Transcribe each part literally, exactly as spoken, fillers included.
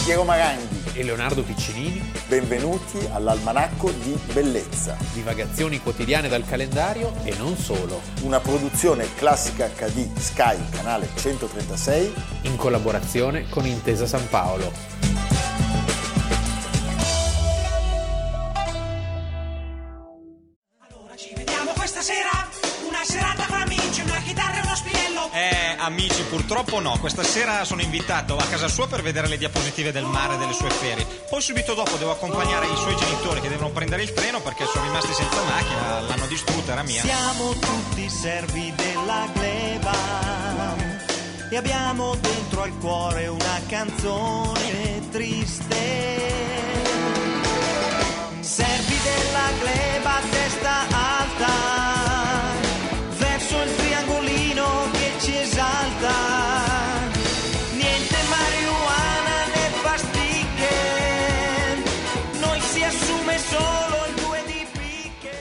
Piero Maranghi e Leonardo Piccinini. Benvenuti all'Almanacco di Bellezza. Divagazioni quotidiane dal calendario e non solo. Una produzione Classica acca di Sky, canale centotrentasei. In collaborazione con Intesa San Paolo. Eh, amici, purtroppo no. Questa sera sono invitato a casa sua per vedere le diapositive del mare delle sue ferie. Poi subito dopo devo accompagnare i suoi genitori che devono prendere il treno perché sono rimasti senza macchina, l'hanno distrutta, era mia. Siamo tutti servi della gleba e abbiamo dentro al cuore una canzone triste. Servi della gleba, testa alta verso il triangolino che ci esalta. Niente marijuana né pasticche, noi si assume solo il due di picche.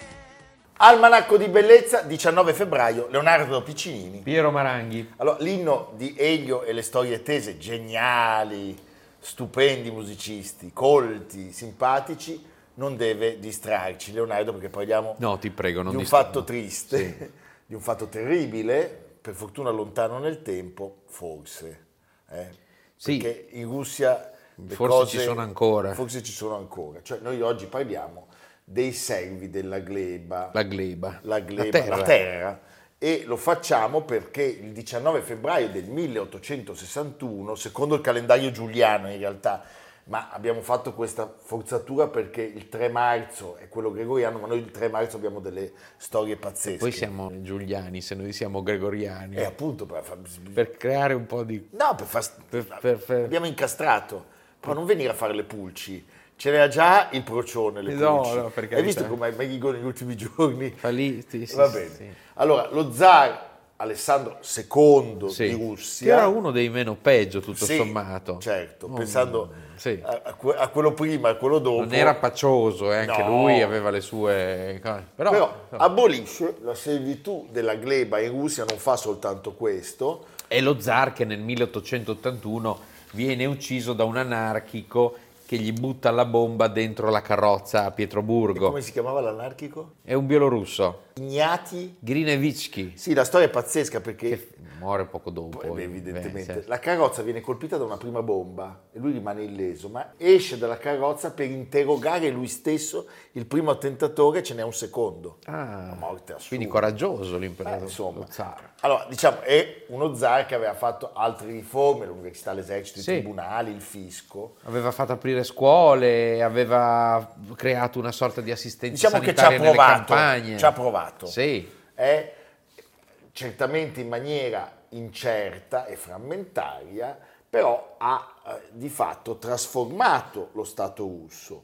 Almanacco di Bellezza, diciannove febbraio, Leonardo Piccinini. Piero Maranghi. Allora, l'inno di Elio e le storie tese, geniali, stupendi musicisti, colti, simpatici, non deve distrarci, Leonardo, perché parliamo No, ti prego, non di un distrarmi. fatto triste, Sì. di un fatto terribile, per fortuna lontano nel tempo, forse. Eh? Sì. Perché in Russia le Forse cose, ci sono ancora. Forse ci sono ancora. Cioè, noi oggi parliamo dei servi della gleba. La gleba. La gleba, La terra. la terra. E lo facciamo perché il diciannove febbraio del milleottocentosessantuno, secondo il calendario giuliano in realtà, ma abbiamo fatto questa forzatura perché il tre marzo è quello gregoriano, ma noi il tre marzo abbiamo delle storie pazzesche. Poi siamo giuliani, se noi siamo gregoriani. E appunto per, far- Per creare un po' di... no, per far- Per- per- per- abbiamo incastrato, però non venire a fare le pulci. Ce n'era già il procione, le No, pulci. no, per Hai carità. visto come è meglio negli ultimi giorni? Fa lì, sì, sì, Va sì, bene. sì. Allora, lo zar Alessandro secondo Sì. di Che Russia. era uno dei meno peggio, tutto Sì, sommato. certo, Oh, pensando sì. a, a que- a quello prima e a quello dopo. Non era pacioso, eh, anche No. lui aveva le sue cose. Però, Però insomma, abolisce la servitù della gleba in Russia, non fa soltanto questo. è lo zar che nel milleottocentottantuno viene ucciso da un anarchico che gli butta la bomba dentro la carrozza a E Pietroburgo. come si chiamava l'anarchico? È un bielorusso, Ignati. Grinevitsky, Sì, la storia è pazzesca perché che muore poco dopo. Poi, in- evidentemente eh, la carrozza viene colpita da una prima bomba e lui rimane illeso, ma esce dalla carrozza per interrogare lui stesso il primo attentatore, ce n'è un secondo. Ah, Una morte assurda. quindi coraggioso Eh, l'imperatore, insomma. lo zar. Allora, diciamo, è uno zar che aveva fatto altre riforme, l'università, l'esercito, Sì. i tribunali, il fisco. Aveva fatto aprire scuole, aveva creato una sorta di assistenza Diciamo che ci ha sanitaria nelle provato, campagne. ci ha provato. Sì, È certamente in maniera incerta e frammentaria, però ha eh, di fatto trasformato lo Stato russo.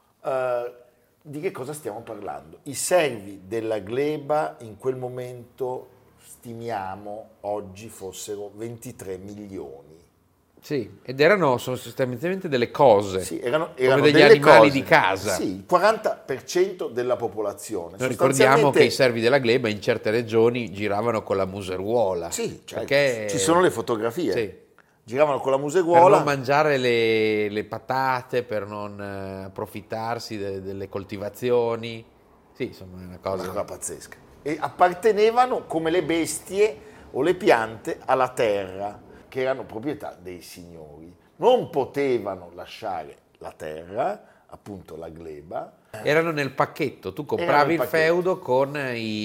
Eh, di che cosa stiamo parlando? I servi della gleba in quel momento stimiamo oggi fossero ventitré milioni. sì, ed erano sostanzialmente delle cose, Sì, erano, come erano degli delle animali cose. di casa. Sì, il quaranta per cento della popolazione. Noi ricordiamo Sostanzialmente- che i servi della gleba in certe regioni giravano con la museruola. Sì, certo. perché Ci sono le fotografie. Sì. Giravano con la per museruola. non mangiare le, le patate, per non eh, approfittarsi de- delle coltivazioni. Sì, insomma, è una cosa... Una cosa pazzesca. E appartenevano come le bestie o le piante alla terra, che erano proprietà dei signori. Non potevano lasciare la terra, appunto la gleba. Erano nel pacchetto, tu Erano compravi nel il pacchetto. feudo con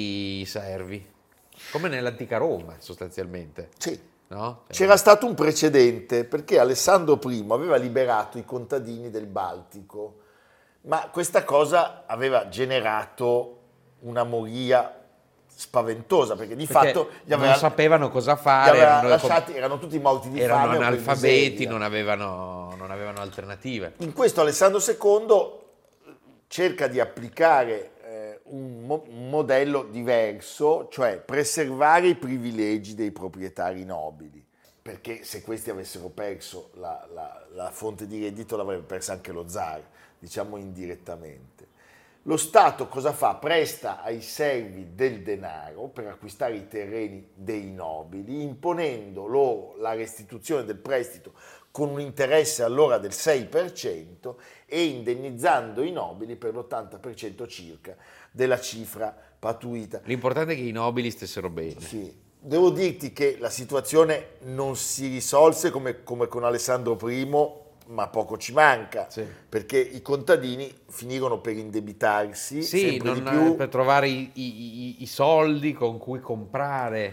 i servi, come nell'antica Roma sostanzialmente. Sì. No? C'era stato un precedente perché Alessandro primo aveva liberato i contadini del Baltico, ma questa cosa aveva generato una moria spaventosa perché di Perché fatto gli non aveva, sapevano cosa gli fare, aveva erano, lasciati, erano tutti morti di erano fame o per analfabeti, miseria. non avevano, non avevano alternative. In questo Alessandro secondo cerca di applicare eh, un, mo- un modello diverso, cioè preservare i privilegi dei proprietari nobili, perché se questi avessero perso la, la- la fonte di reddito l'avrebbe persa anche lo zar, diciamo indirettamente. Lo Stato cosa fa? Presta ai servi del denaro per acquistare i terreni dei nobili, imponendo loro la restituzione del prestito con un interesse allora del sei per cento e indennizzando i nobili per l'ottanta per cento circa della cifra patuita. L'importante è che i nobili stessero bene. Sì. Devo dirti che la situazione non si risolse come, come con Alessandro primo, ma poco ci manca, Sì. perché i contadini finirono per indebitarsi Sì, sempre non, di più. per trovare i, i- i soldi con cui comprare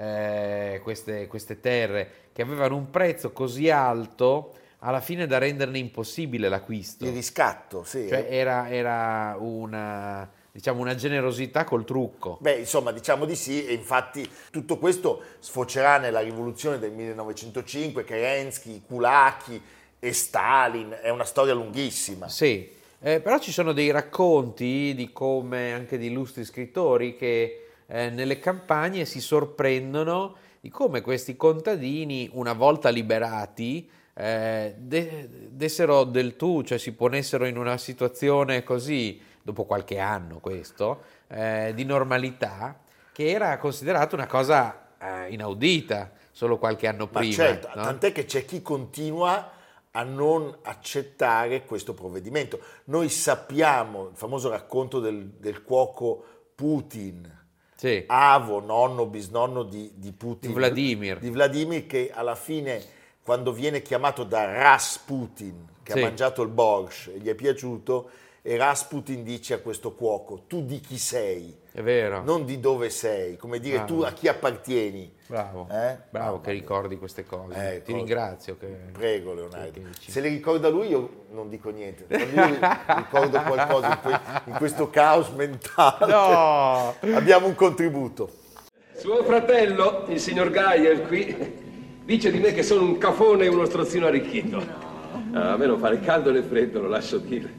eh, queste, queste terre che avevano un prezzo così alto alla fine da renderne impossibile l'acquisto. Il riscatto, sì. Cioè era, era una, diciamo, una generosità col trucco. Beh, insomma, diciamo di sì, e infatti tutto questo sfocerà nella rivoluzione del millenovecentocinque, Kerensky, Kulaki e Stalin, è una storia lunghissima. Sì, eh, però ci sono dei racconti di come anche di illustri scrittori che eh, nelle campagne si sorprendono di come questi contadini, una volta liberati, eh, de- dessero del tu, cioè si ponessero in una situazione così, dopo qualche anno questo, eh, di normalità, che era considerata una cosa eh, inaudita solo qualche anno Ma prima. certo, no? tant'è che c'è chi continua a non accettare questo provvedimento. Noi sappiamo il famoso racconto del, del cuoco Putin, Sì. avo, nonno, bisnonno di, di Putin, Di Vladimir. di Vladimir, che alla fine, quando viene chiamato da Rasputin, che Sì. ha mangiato il borscht e gli è piaciuto, e Rasputin dice a questo cuoco: tu di chi sei? È vero. Non di dove sei, come dire, Bravo. tu a chi appartieni. Bravo, Eh? bravo Mamma che mia. ricordi queste cose. Eh, Ti co- ringrazio. Che... Prego Leonardo. che dici. Se le ricorda lui io non dico niente. Quando io ricordo qualcosa in, que- in questo caos mentale, No! abbiamo un contributo. Suo fratello, il signor Geyer qui, dice di me che sono un cafone e uno strozzino arricchito. Ah, a me non fa né caldo né freddo, lo lascio dire.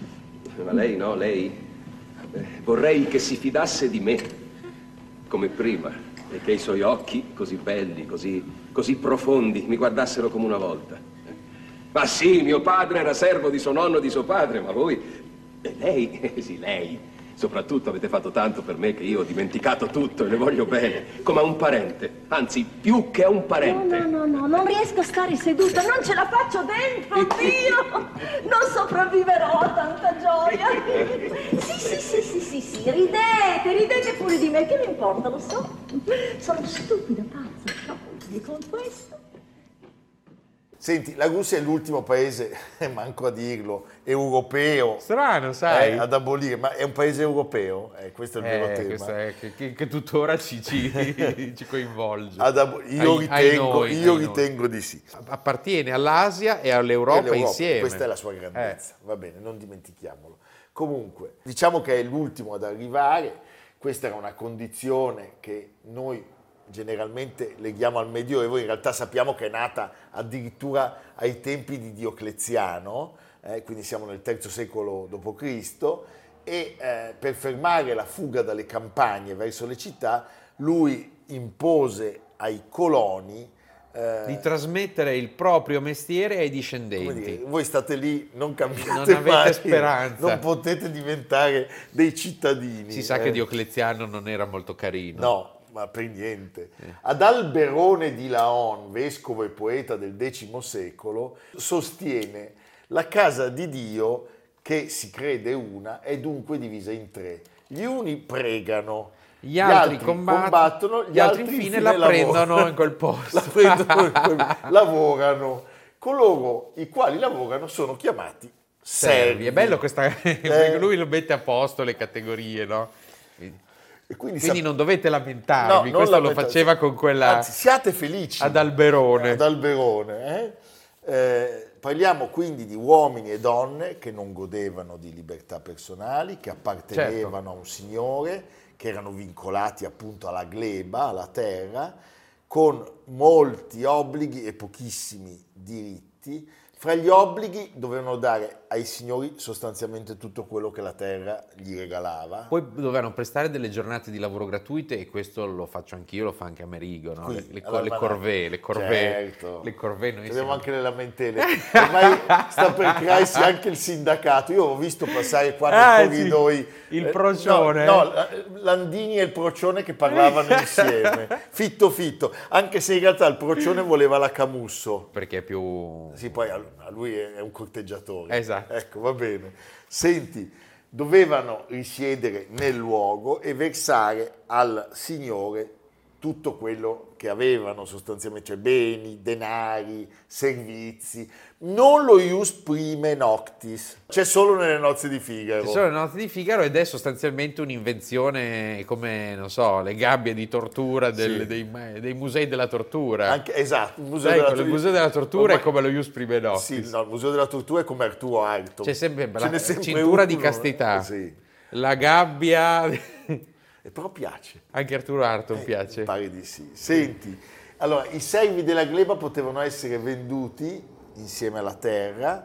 Ma lei no, lei... Beh, vorrei che si fidasse di me, come prima, e che i suoi occhi, così belli, così, così profondi, mi guardassero come una volta. Ma sì, mio padre era servo di suo nonno e di suo padre, ma voi... E lei? Sì, lei. Soprattutto avete fatto tanto per me che io ho dimenticato tutto e le voglio bene, come a un parente, anzi più che a un parente. No, no, no, no, non riesco a stare seduta, non ce la faccio dentro, Dio! Non sopravviverò a tanta gioia. Sì, sì, sì, sì, sì, sì, ridete, ridete pure di me, che mi importa, lo so. Sono stupida, pazza, no, vi confesso. Senti, la Russia è l'ultimo paese, manco a dirlo, europeo Strano, sai? eh, ad abolire, ma è un paese europeo? Eh, questo è il vero Eh, tema. questo è che, che- che tuttora ci, ci, ci coinvolge. Ad abo- io Ai- ai ritengo, noi, io ai noi. ritengo di sì. Appartiene all'Asia e all'Europa E l'Europa, insieme. Questa è la sua grandezza, va bene, non dimentichiamolo. Comunque, diciamo che è l'ultimo ad arrivare, questa era una condizione che noi generalmente leghiamo al Medioevo, in realtà sappiamo che è nata addirittura ai tempi di Diocleziano, eh, quindi siamo nel terzo secolo dopo Cristo, e eh, per fermare la fuga dalle campagne verso le città, lui impose ai coloni eh, Di trasmettere il proprio mestiere ai come discendenti. dire, voi state lì, non cambiate Non avete mai, speranza. non potete diventare dei cittadini. Si sa eh. che Diocleziano non era molto carino. No, ma per niente. Ad Alberone di Laon, vescovo e poeta del X secolo, sostiene la casa di Dio, che si crede una, è dunque divisa in tre. Gli uni pregano, Gli altri, combat- combattono, gli altri infine la lavorano. prendono in quel posto. La prendono in quel- lavorano. Coloro i quali lavorano sono chiamati servi. Servi. È bello questa... Eh. perché lui lo mette a posto le categorie, no? E quindi Quindi sap- non dovete No, lamentarvi, non questo lo lamentate- faceva con quella... Anzi, siate felici. Ad Alberone. Ad Alberone, eh? Eh, parliamo quindi di uomini e donne che non godevano di libertà personali, che appartenevano Certo. a un signore, che erano vincolati appunto alla gleba, alla terra, con molti obblighi e pochissimi diritti, Fra gli obblighi dovevano dare ai signori sostanzialmente tutto quello che la terra gli regalava. Poi dovevano prestare delle giornate di lavoro gratuite, e questo lo faccio anch'io, lo fa anche Amerigo, no? Qui, le, le, allora, le corvée, le corvée, certo. le corvée noi Abbiamo siamo... anche le lamentele. Ormai sta per crearsi anche il sindacato. Io ho visto passare qua nei Ah, corridoi sì, il eh, procione. No, no, Landini e il procione che parlavano insieme. Fitto fitto. Anche se in realtà il procione voleva la Camusso. Perché è più... Sì, poi a lui è un corteggiatore. Esatto. Ecco, va bene. Senti, dovevano risiedere nel luogo e versare al signore tutto quello che avevano sostanzialmente, cioè beni, denari, servizi, non lo ius prime noctis, c'è solo nelle nozze di Figaro. Ci sono le note di Figaro, ed è sostanzialmente un'invenzione come, non so, le gabbie di tortura del- Sì. dei, dei musei della tortura. Anche, esatto, il museo, Sai, della, il museo della tortura ormai- è come lo Ius Prime Noctis. Sì, no, il museo della tortura è come Arturo Arto. C'è sempre Ce la n'è sempre cintura di uno, castità, eh, sì. la gabbia... E però piace. Anche Arturo Arton Eh, piace. Pare di sì. Senti, allora, i servi della gleba potevano essere venduti insieme alla terra,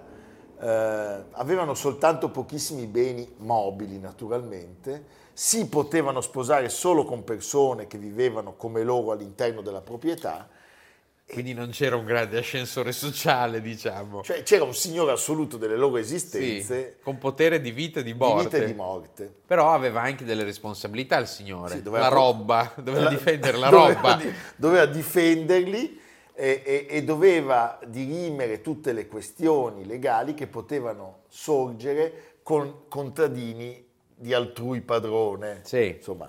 eh, avevano soltanto pochissimi beni mobili naturalmente, si potevano sposare solo con persone che vivevano come loro all'interno della proprietà, Quindi non c'era un grande ascensore sociale, diciamo. cioè c'era un signore assoluto delle loro Sì, esistenze, con potere di vita e di di morte. vita e di morte. Però aveva anche delle responsabilità il signore. Sì, doveva- la roba, doveva La- difendere la doveva roba. di- doveva difenderli e, e- e doveva dirimere tutte le questioni legali che potevano sorgere con contadini di altrui padrone. Sì. Insomma,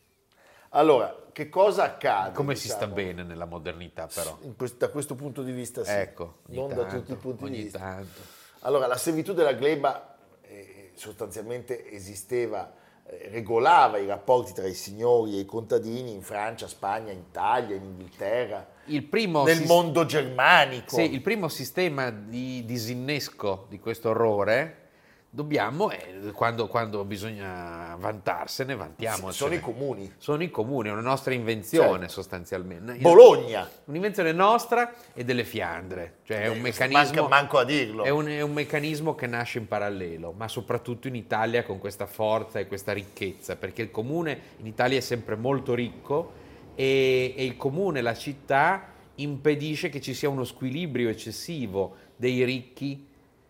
allora, che cosa accade? Come si sta diciamo, bene nella modernità, però. in quest- da questo punto di vista sì, Ecco, ogni non da tanto, tutti i punti ogni di vista. tanto. Allora, la servitù della gleba eh, sostanzialmente esisteva, eh, regolava i rapporti tra i signori e i contadini in Francia, Spagna, in Italia, in Inghilterra, Il primo, nel sis- mondo germanico. sì, il primo sistema di disinnesco di questo orrore, dobbiamo, eh, quando, quando bisogna vantarsene, vantiamocene. Sono i comuni. Sono i comuni, è una nostra invenzione Certo. sostanzialmente. Bologna. Un'invenzione nostra e delle Fiandre, cioè è un Eh, meccanismo... manca- manco a dirlo. È un, è un meccanismo che nasce in parallelo, ma soprattutto in Italia con questa forza e questa ricchezza, perché il comune in Italia è sempre molto ricco e, e il comune, la città, impedisce che ci sia uno squilibrio eccessivo dei ricchi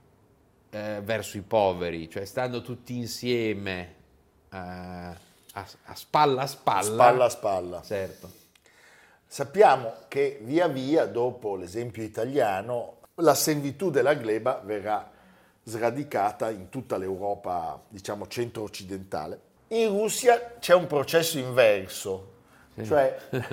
eh, verso i poveri, cioè stando tutti insieme eh, a, a spalla a spalla. Spalla a spalla. Certo. Sappiamo che via via, dopo l'esempio italiano, la servitù della gleba verrà sradicata in tutta l'Europa, diciamo, centro-occidentale. In Russia c'è un processo inverso, cioè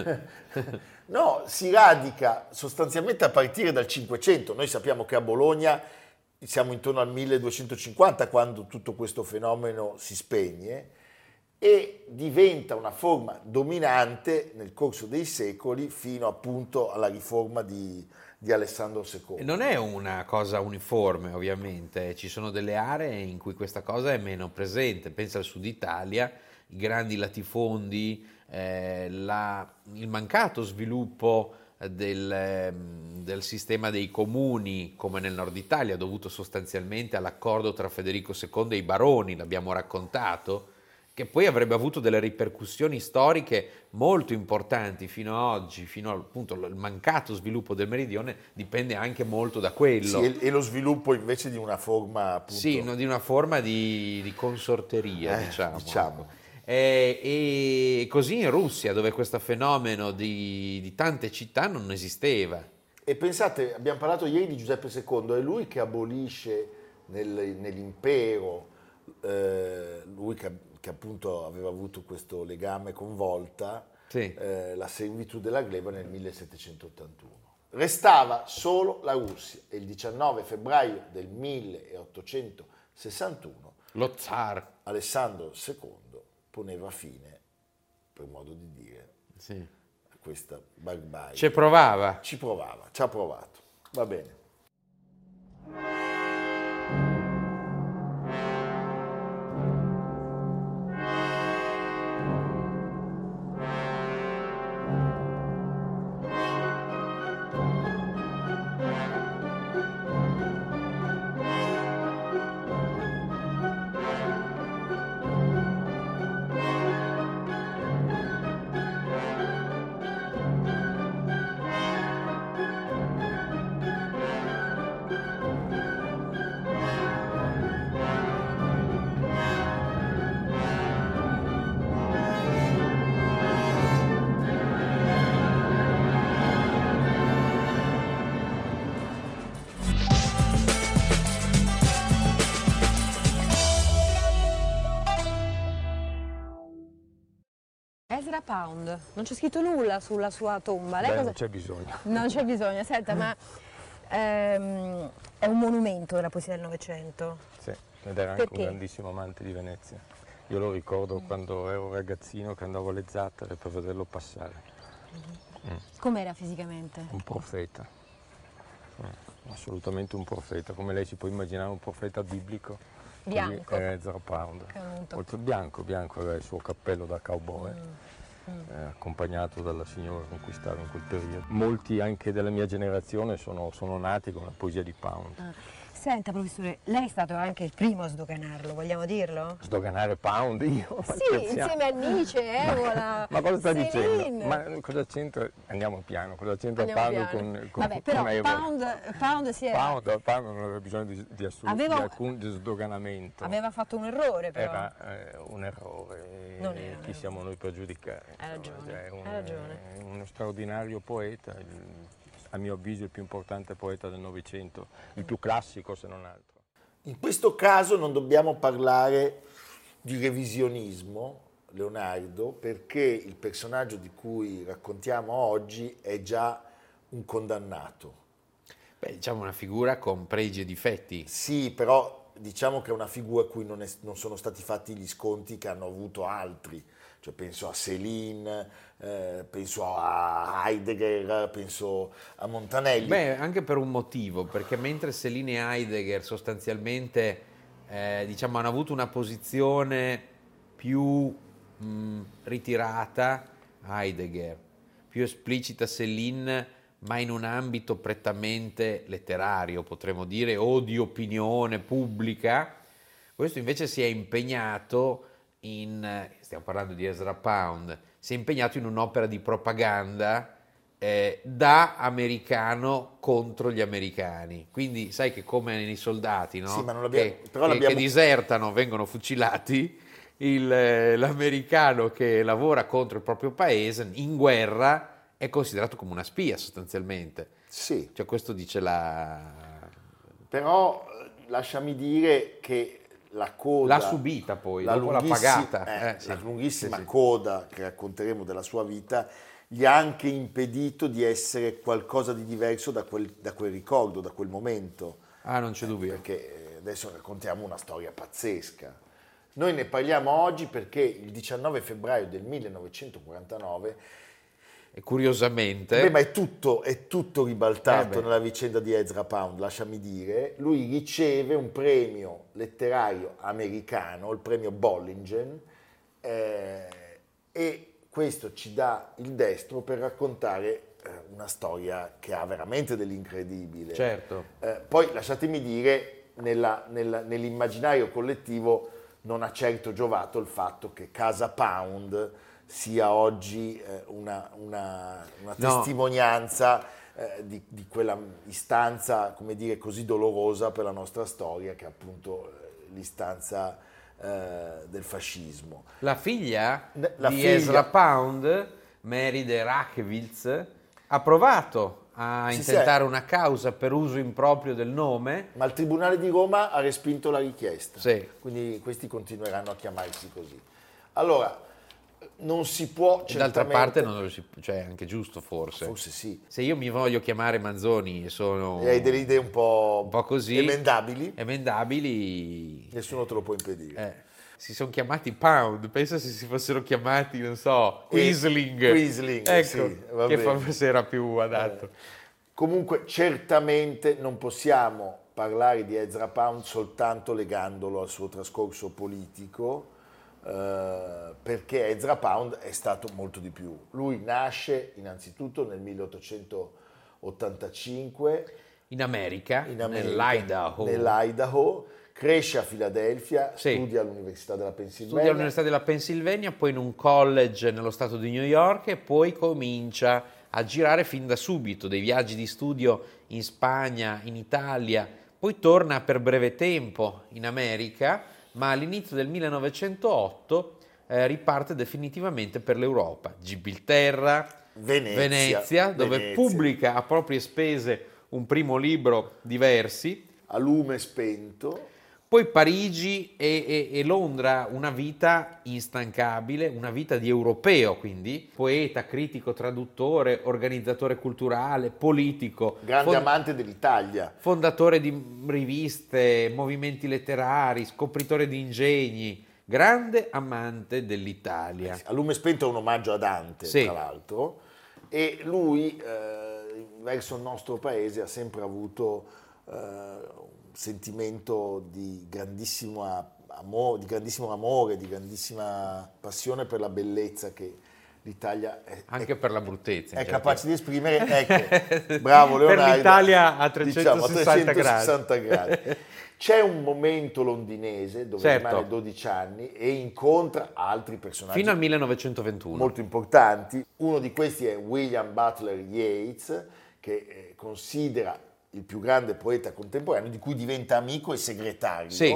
no, si radica sostanzialmente a partire dal Cinquecento. Noi sappiamo che a Bologna siamo intorno al milleduecentocinquanta quando tutto questo fenomeno si spegne e diventa una forma dominante nel corso dei secoli fino appunto alla riforma di, di Alessandro secondo. Non è una cosa uniforme, ovviamente, ci sono delle aree in cui questa cosa è meno presente. Pensa al Sud Italia, i grandi latifondi, eh, la- il mancato sviluppo del, del sistema dei comuni, come nel Nord Italia, dovuto sostanzialmente all'accordo tra Federico secondo e i baroni, l'abbiamo raccontato, che poi avrebbe avuto delle ripercussioni storiche molto importanti fino ad oggi, fino al appunto il mancato sviluppo del meridione dipende anche molto da quello. Sì, e, e lo sviluppo invece di una forma appunto... Sì, no, di una forma di, di consorteria, Eh, diciamo. diciamo. Eh, e così in Russia, dove questo fenomeno di, di tante città non esisteva. E pensate, abbiamo parlato ieri di Giuseppe secondo, è lui che abolisce nel- nell'impero, eh, lui che, che appunto aveva avuto questo legame con Volta, Sì. eh, la servitù della gleba nel millesettecentottantuno. Restava solo la Russia e il diciannove febbraio del milleottocentosessantuno Lo zar. Alessandro secondo poneva fine, per modo di dire, Sì. a questa barbarie. Ci provava. Ci provava, ci ha provato. Va bene. Ezra Pound, non c'è scritto nulla sulla sua tomba. Lei Beh, cosa... non c'è bisogno. Non c'è bisogno, senta, ma ehm, è un monumento della poesia del Novecento. Sì, ed era anche Perché? un grandissimo amante di Venezia. Io lo ricordo mm. quando ero ragazzino che andavo alle zattere per vederlo passare. Mm-hmm. Mm. Com'era fisicamente? Un profeta, mm. assolutamente un profeta, come lei si può immaginare un profeta biblico. Bianco. Era Ezra Pound. Oltre bianco, bianco era il suo cappello da cowboy. Mm. Mm. Eh, accompagnato dalla signora con cui stava in quel periodo. Molti anche della mia generazione sono, sono nati con la poesia di Pound. Ah. Senta professore, lei è stato anche il primo a sdoganarlo, vogliamo dirlo? Sdoganare Pound io? Sì, insieme a Nietzsche, Evola, Ma cosa sta Céline. dicendo? Ma cosa c'entra? Andiamo piano, cosa c'entra Andiamo Pound piano. con, con Vabbè, però con Evola? Pound, Pound si era... Pound, Pound non aveva bisogno di, di, assolut- Aveva- di alcun sdoganamento. Aveva fatto un errore però. Era eh, un errore, Non era un chi errore. siamo noi per giudicare? Hai ragione, Cioè, è un- hai ragione. è uno straordinario poeta, il- a mio avviso il più importante poeta del Novecento, il più classico se non altro. In questo caso non dobbiamo parlare di revisionismo, Leonardo, perché il personaggio di cui raccontiamo oggi è già un condannato. Beh, diciamo una figura con pregi e difetti. Sì, però diciamo che è una figura a cui non, è, non sono stati fatti gli sconti che hanno avuto altri. Cioè, penso a Céline, eh, penso a Heidegger, penso a Montanelli. Beh, anche per un motivo, perché mentre Céline e Heidegger sostanzialmente eh, diciamo, hanno avuto una posizione più mh, ritirata, Heidegger, più esplicita Céline, ma in un ambito prettamente letterario, potremmo dire, o di opinione pubblica, questo invece si è impegnato in, stiamo parlando di Ezra Pound, si è impegnato in un'opera di propaganda eh, da americano contro gli americani. Quindi sai che come nei soldati, no? Sì, ma non l'abbiamo- che, però che- l'abbiamo- che disertano, vengono fucilati, il, eh, l'americano che lavora contro il proprio paese in guerra è considerato come una spia sostanzialmente. Sì, Cioè questo dice la... però eh, lasciami dire che la coda... L'ha subita poi, la dopo l'ha lunghissi- pagata. eh, Eh, sì. La lunghissima Sì, sì. coda che racconteremo della sua vita gli ha anche impedito di essere qualcosa di diverso da quel, da quel ricordo, da quel momento. Ah, non c'è dubbio. Perché adesso raccontiamo una storia pazzesca. Noi ne parliamo oggi perché il diciannove febbraio del millenovecentoquarantanove, E curiosamente... beh, ma è tutto, è tutto ribaltato Eh beh. nella vicenda di Ezra Pound, lasciami dire. Lui riceve un premio letterario americano, il premio Bollingen, eh, e questo ci dà il destro per raccontare eh, una storia che ha veramente dell'incredibile. Certo. Eh, poi lasciatemi dire, nella- nella- nell'immaginario collettivo non ha certo giovato il fatto che Casa Pound sia oggi eh, una, una- una No. testimonianza eh, di, di quella istanza, come dire, così dolorosa per la nostra storia, che è appunto eh, l'istanza eh, del fascismo. La figlia La di figlia- Ezra Pound, Mary de Rachewitz, ha provato a Sì, intentare sì. una causa per uso improprio del nome. Ma il Tribunale di Roma ha respinto la richiesta, Sì. quindi questi continueranno a chiamarsi così. Allora, non si può E d'altra certamente- parte non lo si, cioè è anche giusto forse. Forse sì. Se io mi voglio chiamare Manzoni e sono E hai delle idee un po', un po' così emendabili, emendabili, nessuno te lo può impedire. eh, si sono chiamati Pound, pensa se si fossero chiamati, non so, E- Quisling. Quisling, ecco, sì, va che bene. forse era più adatto. Comunque, certamente non possiamo parlare di Ezra Pound soltanto legandolo al suo trascorso politico, eh, perché Ezra Pound è stato molto di più. Lui nasce innanzitutto nel milleottocentottantacinque In America, in America, nell'Idaho. nell'Idaho, cresce a Filadelfia, Sì. studia all'Università della Pennsylvania. Studia all'Università della Pennsylvania, poi in un college nello stato di New York e poi comincia a girare fin da subito dei viaggi di studio in Spagna, in Italia, poi torna per breve tempo in America, ma all'inizio del millenovecentootto eh, riparte definitivamente per l'Europa, Gibilterra, Venezia, Venezia, dove Venezia. pubblica a proprie spese un primo libro, Diversi, A lume spento. Poi Parigi e, e, e Londra, una vita instancabile, una vita di europeo, quindi poeta, critico, traduttore, organizzatore culturale, politico. Grande fond- amante dell'Italia. Fondatore di riviste, movimenti letterari, scopritore di ingegni, grande amante dell'Italia. A lume spento è un omaggio a Dante, Sì. tra l'altro, e lui eh, verso il nostro paese ha sempre avuto eh, un sentimento di grandissimo amore, di grandissimo amore, di grandissima passione per la bellezza che l'Italia è, Anche è, per la bruttezza. è in capace certi- di esprimere. Ecco, bravo Leonardo. Per l'Italia a Diciamo, a trecentosessanta trecentosessanta gradi. C'è un momento londinese dove Certo. rimane dodici anni e incontra altri personaggi Fino al millenovecentoventuno. molto importanti. Uno di questi è William Butler Yeats, che eh, considera il più grande poeta contemporaneo, di cui diventa amico e segretario. Sì.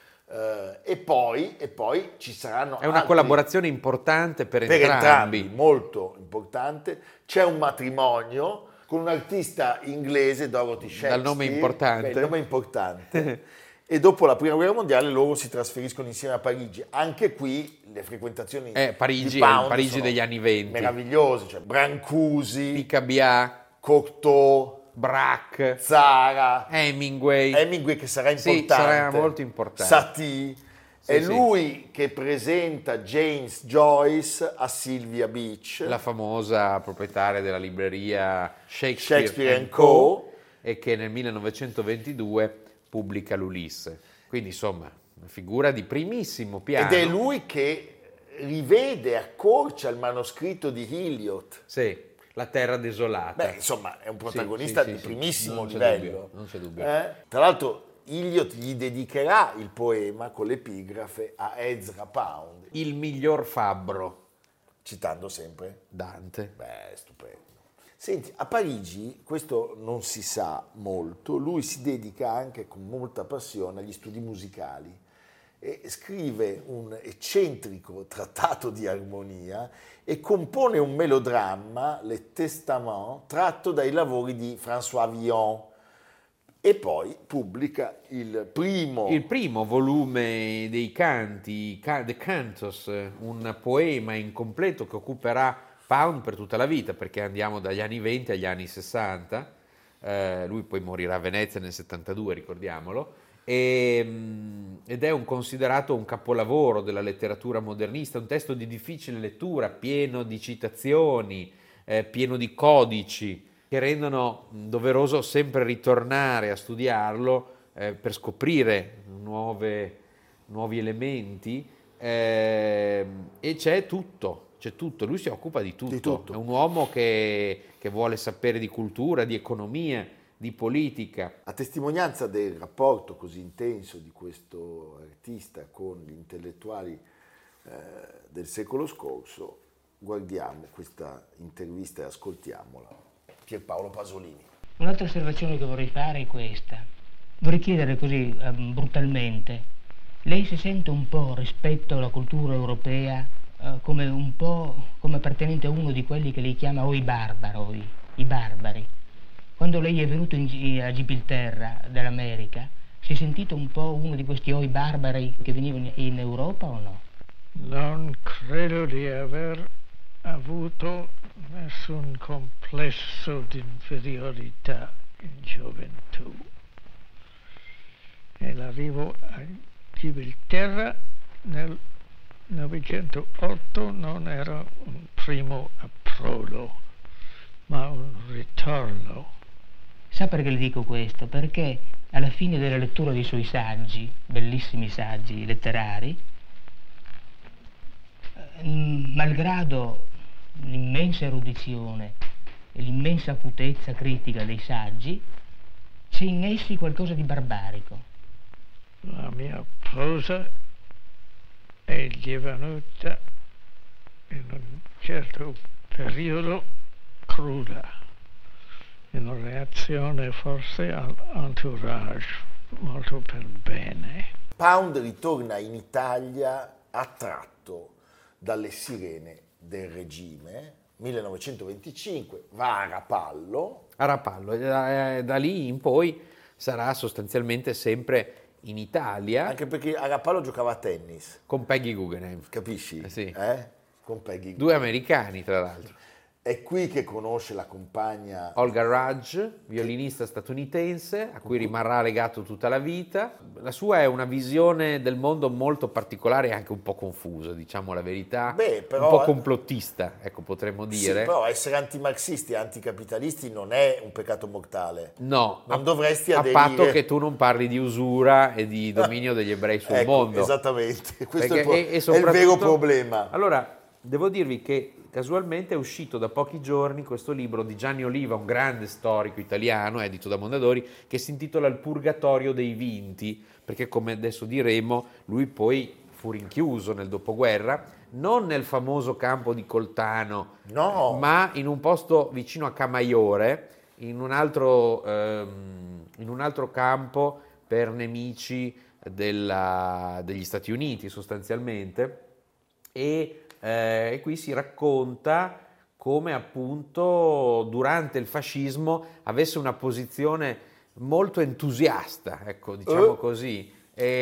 Eh, e, poi, e poi ci saranno È una altri- collaborazione importante per, per entrambi. entrambi, molto importante. C'è un matrimonio con un artista inglese, Dorothy Shakespeare. Dal nome importante. Beh, il nome importante. E dopo la prima guerra mondiale loro si trasferiscono insieme a Parigi. Anche qui le frequentazioni Eh, Parigi di è il Pound Parigi sono degli anni venti. meravigliose, cioè Brancusi, Picabia, Cocteau, Braque, Zara, Hemingway. Hemingway che sarà Sì, importante, sarà molto importante. Satie. Sì, è sì. lui che presenta James Joyce a Sylvia Beach. La famosa proprietaria della libreria Shakespeare, Shakespeare and and Co. e che nel millenovecentoventidue pubblica l'Ulisse. Quindi insomma, una figura di primissimo piano. Ed è lui che rivede, accorcia il manoscritto di Eliot. Sì, La terra desolata. Beh, insomma, è un protagonista sì, sì, di sì. primissimo Non c'è livello. dubbio, non c'è dubbio. Eh? Tra l'altro, Eliot gli dedicherà il poema con l'epigrafe a Ezra Pound, Il miglior fabbro. citando sempre Dante. Beh, stupendo. Senti, a Parigi, questo non si sa molto, lui si dedica anche con molta passione agli studi musicali e scrive un eccentrico trattato di armonia e compone un melodramma, Le Testament, tratto dai lavori di François Villon, e poi pubblica il primo... Il primo volume dei canti, Ca- The Cantos, un poema incompleto che occuperà Pound per tutta la vita, perché andiamo dagli anni venti agli anni sessanta, eh, lui poi morirà a Venezia nel settantadue, ricordiamolo, e, mh, ed è un considerato un capolavoro della letteratura modernista, un testo di difficile lettura, pieno di citazioni, eh, pieno di codici, che rendono doveroso sempre ritornare a studiarlo eh, per scoprire nuove, nuovi elementi, eh, e c'è tutto. C'è tutto, lui si occupa di tutto. Di tutto. È un uomo che, che vuole sapere di cultura, di economia, di politica. A testimonianza del rapporto così intenso di questo artista con gli intellettuali eh, del secolo scorso, guardiamo questa intervista e ascoltiamola. Pierpaolo Pasolini. Un'altra osservazione che vorrei fare è questa. Vorrei chiedere così eh, brutalmente, lei si sente un po' rispetto alla cultura europea eh, come un po' come appartenente a uno di quelli che lei chiama o i barbaroi, i barbari? Quando lei è venuto in, a Gibilterra dall'America, si è sentito un po' uno di questi oi barbari che venivano in Europa o no? Non credo di aver avuto nessun complesso di inferiorità in gioventù. E l'arrivo a Gibilterra nel novecentootto non era un primo approdo, ma un ritorno. Sa perché le dico questo? Perché alla fine della lettura dei suoi saggi, bellissimi saggi letterari, malgrado l'immensa erudizione e l'immensa acutezza critica dei saggi, c'è in essi qualcosa di barbarico. La mia prosa è divenuta in un certo periodo cruda, in reazione forse all'entourage, molto per bene. Pound ritorna in Italia attratto dalle sirene del regime, millenovecentoventicinque, va a Rapallo. A Rapallo, e da, da lì in poi sarà sostanzialmente sempre in Italia. Anche perché Agapallo giocava a tennis. Con Peggy Guggenheim. Capisci? Eh sì. Eh? Con Peggy Guggenheim. Due americani, tra l'altro. È qui che conosce la compagna Olga Rudge, violinista statunitense, a cui rimarrà legato tutta la vita. La sua è una visione del mondo molto particolare e anche un po' confusa, diciamo la verità. Beh, però, un po' complottista, ecco, potremmo dire. Sì, però essere antimarxisti e anticapitalisti non è un peccato mortale. No, non a, dovresti a aderire... patto che tu non parli di usura e di dominio degli ebrei sul ecco, mondo. Esattamente, questo è il, Perché, pro- e, e è il vero problema. Allora, devo dirvi che casualmente è uscito da pochi giorni questo libro di Gianni Oliva, un grande storico italiano, edito da Mondadori, che si intitola Il Purgatorio dei Vinti, perché come adesso diremo, lui poi fu rinchiuso nel dopoguerra, non nel famoso campo di Coltano, no. ma in un posto vicino a Camaiore, in un altro, ehm, in un altro campo per nemici della, degli Stati Uniti sostanzialmente, e Eh, e qui si racconta come appunto durante il fascismo avesse una posizione molto entusiasta, ecco, diciamo uh. così,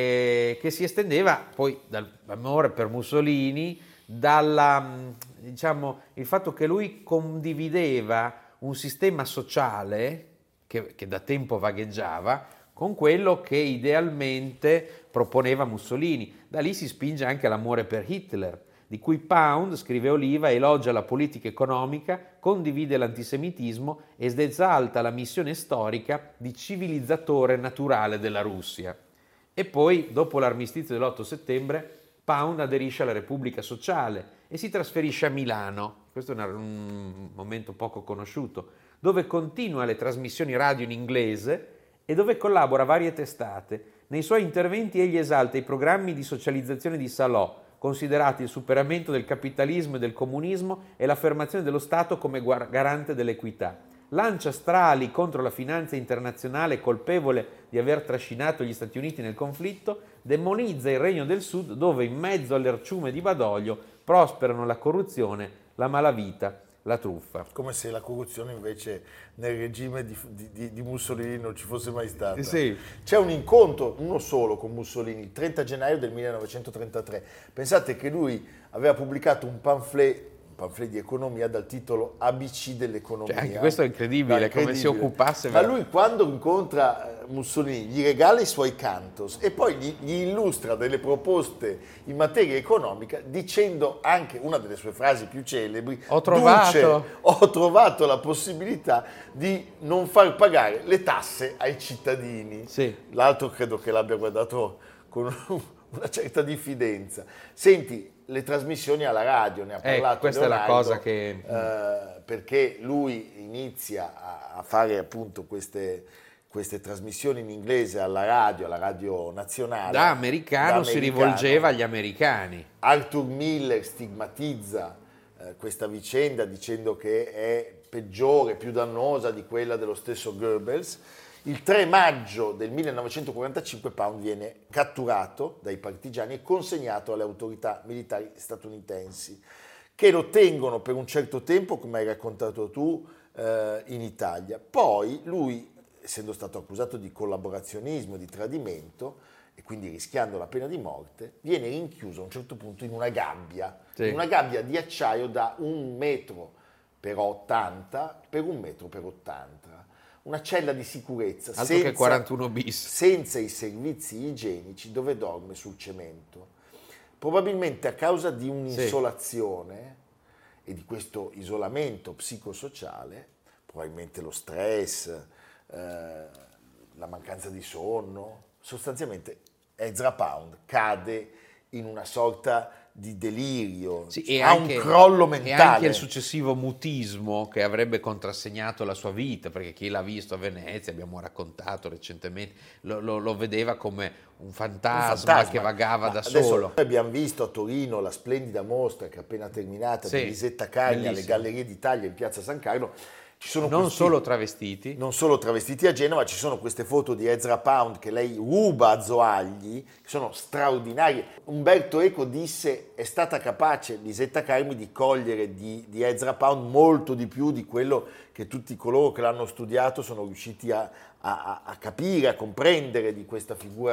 e che si estendeva poi dall'amore per Mussolini, dalla, diciamo, il fatto che lui condivideva un sistema sociale che, che da tempo vagheggiava con quello che idealmente proponeva Mussolini. Da lì si spinge anche all'amore per Hitler, di cui Pound, scrive Oliva, elogia la politica economica, condivide l'antisemitismo ed esalta la missione storica di civilizzatore naturale della Russia. E poi, dopo l'armistizio dell'otto settembre, Pound aderisce alla Repubblica Sociale e si trasferisce a Milano, questo è un momento poco conosciuto, dove continua le trasmissioni radio in inglese e dove collabora a varie testate. Nei suoi interventi egli esalta i programmi di socializzazione di Salò, considerati il superamento del capitalismo e del comunismo e l'affermazione dello Stato come garante dell'equità. Lancia strali contro la finanza internazionale colpevole di aver trascinato gli Stati Uniti nel conflitto, demonizza il Regno del Sud dove in mezzo all'erciume di Badoglio prosperano la corruzione, la malavita, la truffa. Come se la corruzione invece nel regime di, di, di Mussolini non ci fosse mai stata. Sì. C'è un incontro, uno solo, con Mussolini, il trenta gennaio del millenovecentotrentatré. Pensate che lui aveva pubblicato un pamphlet, un pamphlet di economia dal titolo A B C dell'economia. Cioè, anche questo è incredibile, incredibile, come si occupasse. Ma lui quando incontra Mussolini gli regala i suoi cantos e poi gli, gli illustra delle proposte in materia economica dicendo anche una delle sue frasi più celebri: ho trovato, Duce, ho trovato la possibilità di non far pagare le tasse ai cittadini. Sì. L'altro credo che l'abbia guardato con una certa diffidenza. Senti, le trasmissioni alla radio, ne ha parlato eh, questa Leonardo, è la cosa che... Eh, perché lui inizia a, a fare appunto queste... queste trasmissioni in inglese alla radio, alla radio nazionale. Da americano, da americano. Si rivolgeva agli americani. Arthur Miller stigmatizza eh, questa vicenda dicendo che è peggiore, più dannosa di quella dello stesso Goebbels. Il tre maggio del millenovecentoquarantacinque Pound viene catturato dai partigiani e consegnato alle autorità militari statunitensi, che lo tengono per un certo tempo, come hai raccontato tu, eh, in Italia. Poi lui, essendo stato accusato di collaborazionismo, di tradimento, e quindi rischiando la pena di morte, viene rinchiuso a un certo punto in una gabbia, sì. in una gabbia di acciaio da un metro per ottanta per un metro per ottanta. Una cella di sicurezza Altro senza, che quarantuno bis. senza i servizi igienici, dove dorme sul cemento. Probabilmente a causa di un'insolazione sì. e di questo isolamento psicosociale, probabilmente lo stress, eh, la mancanza di sonno, sostanzialmente Ezra Pound cade in una sorta di delirio, sì, e ha anche, un crollo mentale. E anche il successivo mutismo che avrebbe contrassegnato la sua vita, perché chi l'ha visto a Venezia, abbiamo raccontato recentemente, lo, lo, lo vedeva come un fantasma, un fantasma che vagava Ma da solo. Noi abbiamo visto a Torino la splendida mostra che è appena terminata sì, di Lisetta Cagni alle Gallerie d'Italia in Piazza San Carlo. Ci sono non questi, solo travestiti. Non solo travestiti a Genova, ci sono queste foto di Ezra Pound che lei ruba a Zoagli, che sono straordinarie. Umberto Eco disse è stata capace Lisetta Carmi di cogliere di, di Ezra Pound molto di più di quello che tutti coloro che l'hanno studiato sono riusciti a, a, a capire, a comprendere di questa figura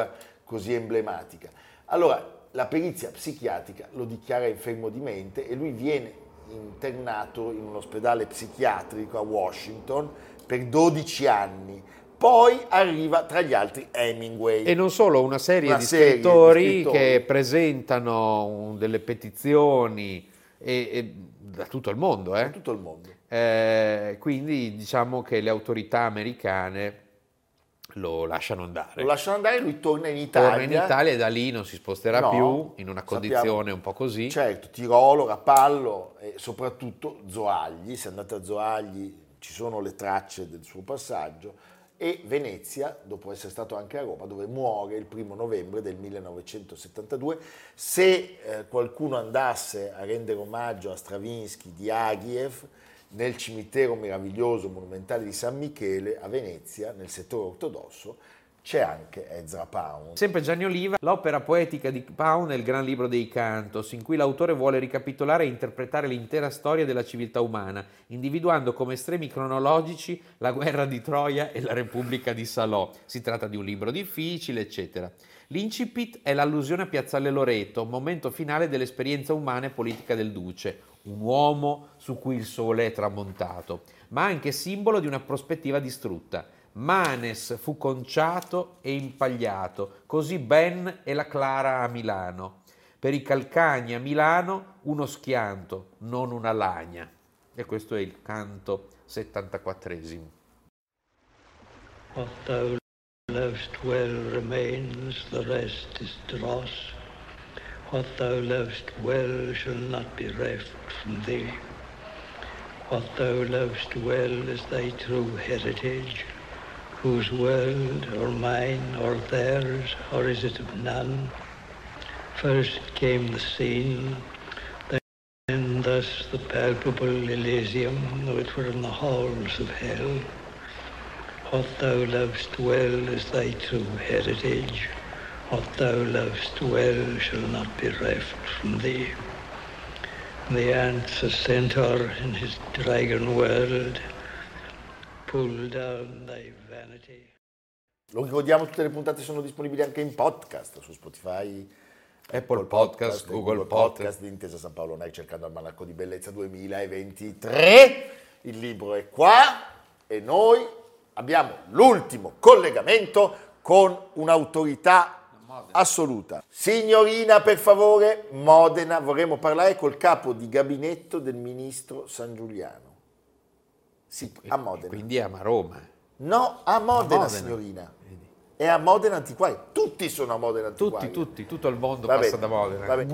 così emblematica. Allora, la perizia psichiatrica lo dichiara infermo di mente e lui viene internato in un ospedale psichiatrico a Washington per dodici anni. Poi arriva tra gli altri Hemingway. E non solo, una serie, una di, serie scrittori di scrittori che presentano un, delle petizioni e, e da tutto il mondo. Eh? Da tutto il mondo. Eh, quindi diciamo che le autorità americane lo lasciano andare. Lo lasciano andare, lui torna in Italia. Torna in Italia e da lì non si sposterà No, più, in una condizione sappiamo, un po' così. Certo, Tirolo, Rapallo e soprattutto Zoagli. Se andate a Zoagli ci sono le tracce del suo passaggio. E Venezia, dopo essere stato anche a Roma, dove muore il primo novembre del millenovecentosettantadue. Se eh, qualcuno andasse a rendere omaggio a Stravinsky, Diaghilev, nel cimitero meraviglioso monumentale di San Michele a Venezia, nel settore ortodosso, c'è anche Ezra Pound. Sempre Gianni Oliva, l'opera poetica di Pound è il Gran Libro dei Cantos, in cui l'autore vuole ricapitolare e interpretare l'intera storia della civiltà umana, individuando come estremi cronologici la guerra di Troia e la Repubblica di Salò. Si tratta di un libro difficile, eccetera. L'incipit è l'allusione a Piazzale Loreto, momento finale dell'esperienza umana e politica del Duce, un uomo su cui il sole è tramontato, ma anche simbolo di una prospettiva distrutta. Manes fu conciato e impagliato, così ben è la Clara a Milano. Per i Calcagni a Milano uno schianto, non una lagna. E questo è il canto settantaquattresimo. What thou lovest well remains, the rest is dross. What thou lovest well shall not be reft from thee. What thou lovest well is thy true heritage, whose world, or mine, or theirs, or is it of none? First came the seen, then thus the palpable Elysium, though it were in the halls of hell. What thou lovest well is thy true heritage, what thou lovest well shall not be reft from thee. The ant's a centaur in his dragon world, pull down thy vanity. Lo ricordiamo, tutte le puntate sono disponibili anche in podcast su Spotify, Apple, Apple Podcast, Google, Google Podcast, Podcast di Intesa San Paolo Night, cercando Almanacco di Bellezza duemilaventitré. Il libro è qua e noi abbiamo l'ultimo collegamento con un'autorità assoluta. Signorina, per favore, Modena, vorremmo parlare col capo di gabinetto del ministro Sangiuliano. Sì, a Modena. Quindi a Roma. No, a Modena, a Modena. signorina. È a Modena Antiquaria. Tutti sono a Modena Antiquaria. Tutti, tutti, tutto il mondo Vabbè, passa da Modena. Vabbè.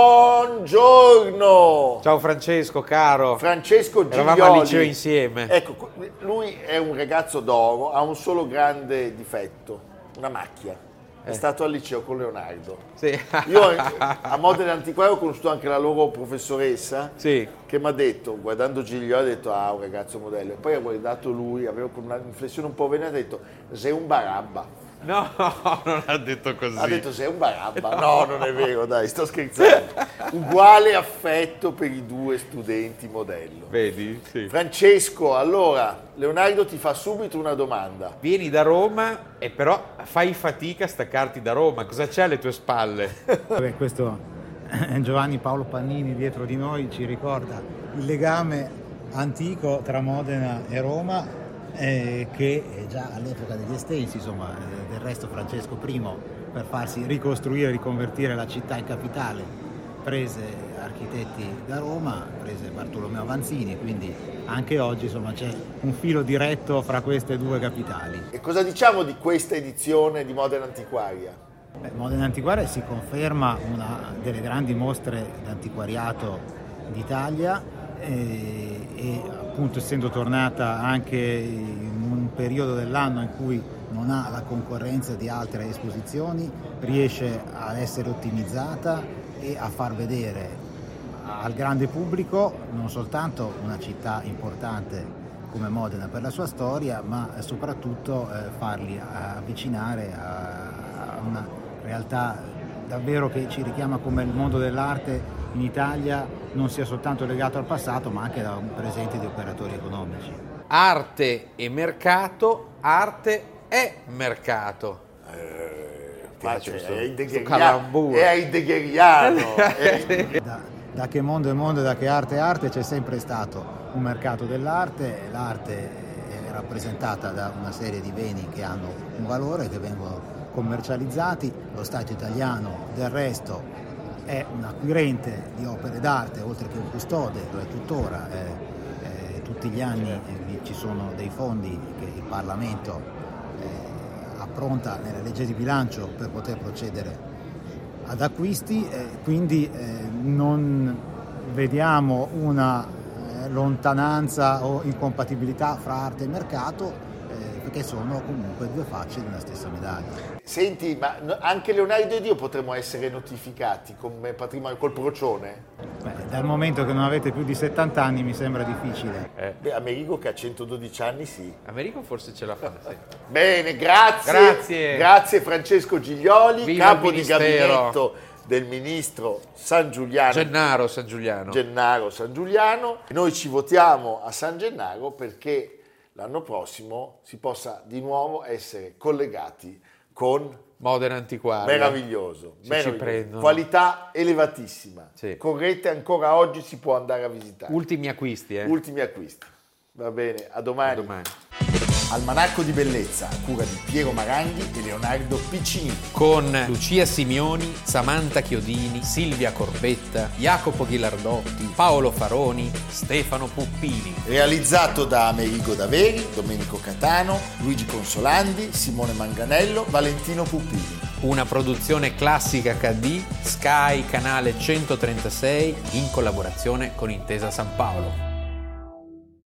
Buongiorno! Ciao Francesco, caro. Francesco Giglioli. Eravamo al liceo insieme. Ecco, lui è un ragazzo d'oro, ha un solo grande difetto, una macchia. È stato al liceo con Leonardo. Sì. Io a Modena Antiquaria ho conosciuto anche la loro professoressa, sì, che mi ha detto, guardando Giglioli, ha detto, ah, un ragazzo modello. E poi ha guardato lui, aveva con un'inflessione un po' veneta, ha detto, sei un barabba. No, non ha detto così. Ha detto, sei un barabba. No, non è vero, dai, sto scherzando. Uguale affetto per i due studenti modello. Vedi? Sì. Francesco, allora, Leonardo ti fa subito una domanda. Vieni da Roma e però fai fatica a staccarti da Roma. Cosa c'è alle tue spalle? Beh, questo Giovanni Paolo Pannini dietro di noi ci ricorda il legame antico tra Modena e Roma, eh, che già all'epoca degli Estensi, insomma, eh, del resto Francesco primo, per farsi ricostruire e riconvertire la città in capitale, prese architetti da Roma, prese Bartolomeo Avanzini, quindi anche oggi, insomma, c'è un filo diretto fra queste due capitali. E cosa diciamo di questa edizione di Modena Antiquaria? Beh, Modena Antiquaria si conferma una delle grandi mostre d'antiquariato d'Italia e, e appunto essendo tornata anche in un periodo dell'anno in cui non ha la concorrenza di altre esposizioni, riesce a essere ottimizzata e a far vedere al grande pubblico non soltanto una città importante come Modena per la sua storia, ma soprattutto eh, farli avvicinare a, a una realtà davvero che ci richiama come il mondo dell'arte in Italia non sia soltanto legato al passato, ma anche da un presente di operatori economici. Arte e mercato, arte è mercato. Eh, piace Ma questo, è questo heideggeriano, calambur. è heideggeriano. è- Da, da che mondo è mondo e da che arte è arte c'è sempre stato un mercato dell'arte, l'arte è rappresentata da una serie di beni che hanno un valore, che vengono commercializzati, lo Stato italiano del resto è un acquirente di opere d'arte oltre che un custode, lo è tuttora, eh, eh, tutti gli anni eh, ci sono dei fondi che il Parlamento eh, appronta nella legge di bilancio per poter procedere ad acquisti, eh, quindi eh, non vediamo una eh, lontananza o incompatibilità fra arte e mercato, eh, perché sono comunque due facce di una stessa medaglia. Senti, ma no- anche Leonardo ed io potremmo essere notificati come patrimonio col procione? Beh, dal momento che non avete più di settanta anni mi sembra difficile. Eh. Beh, Amerigo che ha centododici anni sì. Americo forse ce la fa, sì. Bene, grazie. Grazie. Grazie Francesco Giglioli, Viva capo il di Ministero. gabinetto del ministro San Giuliano. Gennaro San Giuliano. Gennaro San Giuliano. Noi ci votiamo a San Gennaro perché l'anno prossimo si possa di nuovo essere collegati con Modena Antiquaria. meraviglioso, Se meraviglioso. ci prendono. Qualità elevatissima. Sì. Correte, ancora oggi si può andare a visitare. Ultimi acquisti, eh. Ultimi acquisti. Va bene, a domani. A domani. Almanacco di bellezza a cura di Piero Maranghi e Leonardo Piccini. Con Lucia Simioni, Samantha Chiodini, Silvia Corbetta, Jacopo Ghilardotti, Paolo Faroni, Stefano Puppini. Realizzato da Amerigo Daveri, Domenico Catano, Luigi Consolandi, Simone Manganello, Valentino Puppini. Una produzione classica acca di Sky Canale centotrentasei in collaborazione con Intesa San Paolo.